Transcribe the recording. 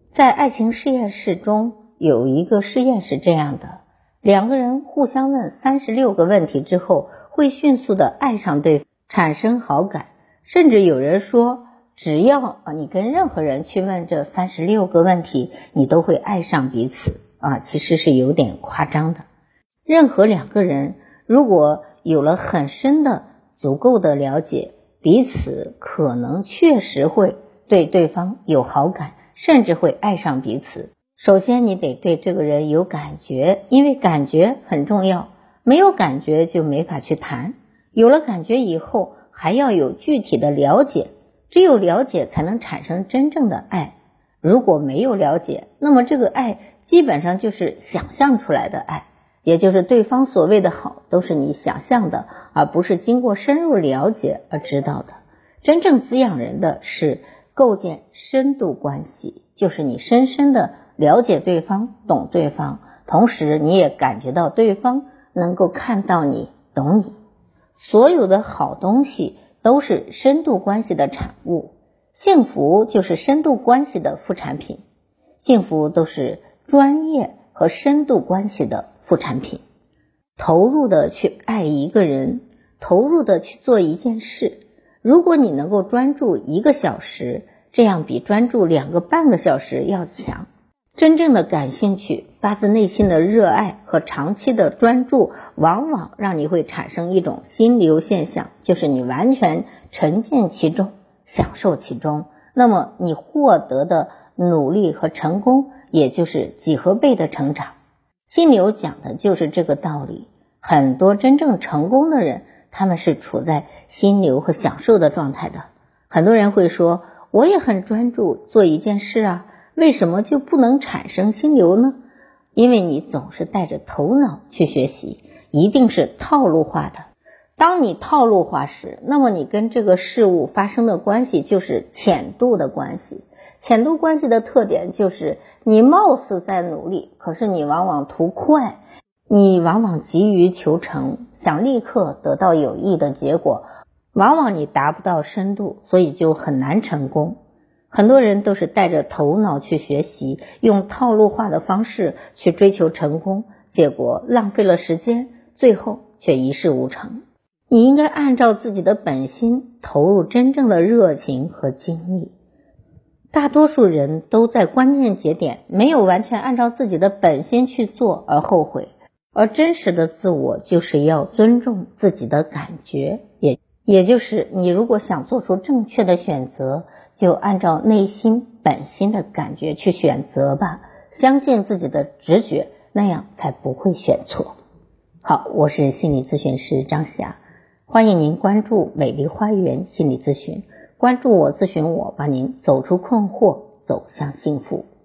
在爱情实验室中，有一个实验是这样的，两个人互相问36个问题之后，会迅速的爱上对方，产生好感。甚至有人说，只要你跟任何人去问这36个问题，你都会爱上彼此其实是有点夸张的。任何两个人如果有了很深的足够的了解，彼此可能确实会对对方有好感，甚至会爱上彼此。首先你得对这个人有感觉，因为感觉很重要，没有感觉就没法去谈。有了感觉以后，还要有具体的了解，只有了解才能产生真正的爱。如果没有了解，那么这个爱基本上就是想象出来的爱，也就是对方所谓的好都是你想象的，而不是经过深入了解而知道的。真正滋养人的是构建深度关系，就是你深深的了解对方，懂对方，同时你也感觉到对方能够看到你，懂你。所有的好东西都是深度关系的产物，幸福就是深度关系的副产品，幸福都是专业和深度关系的副产品。投入的去爱一个人，投入的去做一件事，如果你能够专注1个小时，这样比专注2个半个小时要强。真正的感兴趣，发自内心的热爱和长期的专注，往往让你会产生一种心流现象，就是你完全沉浸其中，享受其中，那么你获得的努力和成功也就是几何倍的成长。心流讲的就是这个道理。很多真正成功的人，他们是处在心流和享受的状态的。很多人会说，我也很专注做一件事啊，为什么就不能产生心流呢？因为你总是带着头脑去学习，一定是套路化的。当你套路化时，那么你跟这个事物发生的关系就是浅度的关系。浅度关系的特点就是你貌似在努力，可是你往往图快，你往往急于求成，想立刻得到有益的结果，往往你达不到深度，所以就很难成功。很多人都是带着头脑去学习，用套路化的方式去追求成功，结果浪费了时间，最后却一事无成。你应该按照自己的本心，投入真正的热情和精力。大多数人都在关键节点没有完全按照自己的本心去做而后悔，而真实的自我就是要尊重自己的感觉，也就是你如果想做出正确的选择，就按照内心本心的感觉去选择吧，相信自己的直觉，那样才不会选错。好，我是心理咨询师张霞，欢迎您关注美丽花园心理咨询，关注我，咨询我，帮您走出困惑，走向幸福。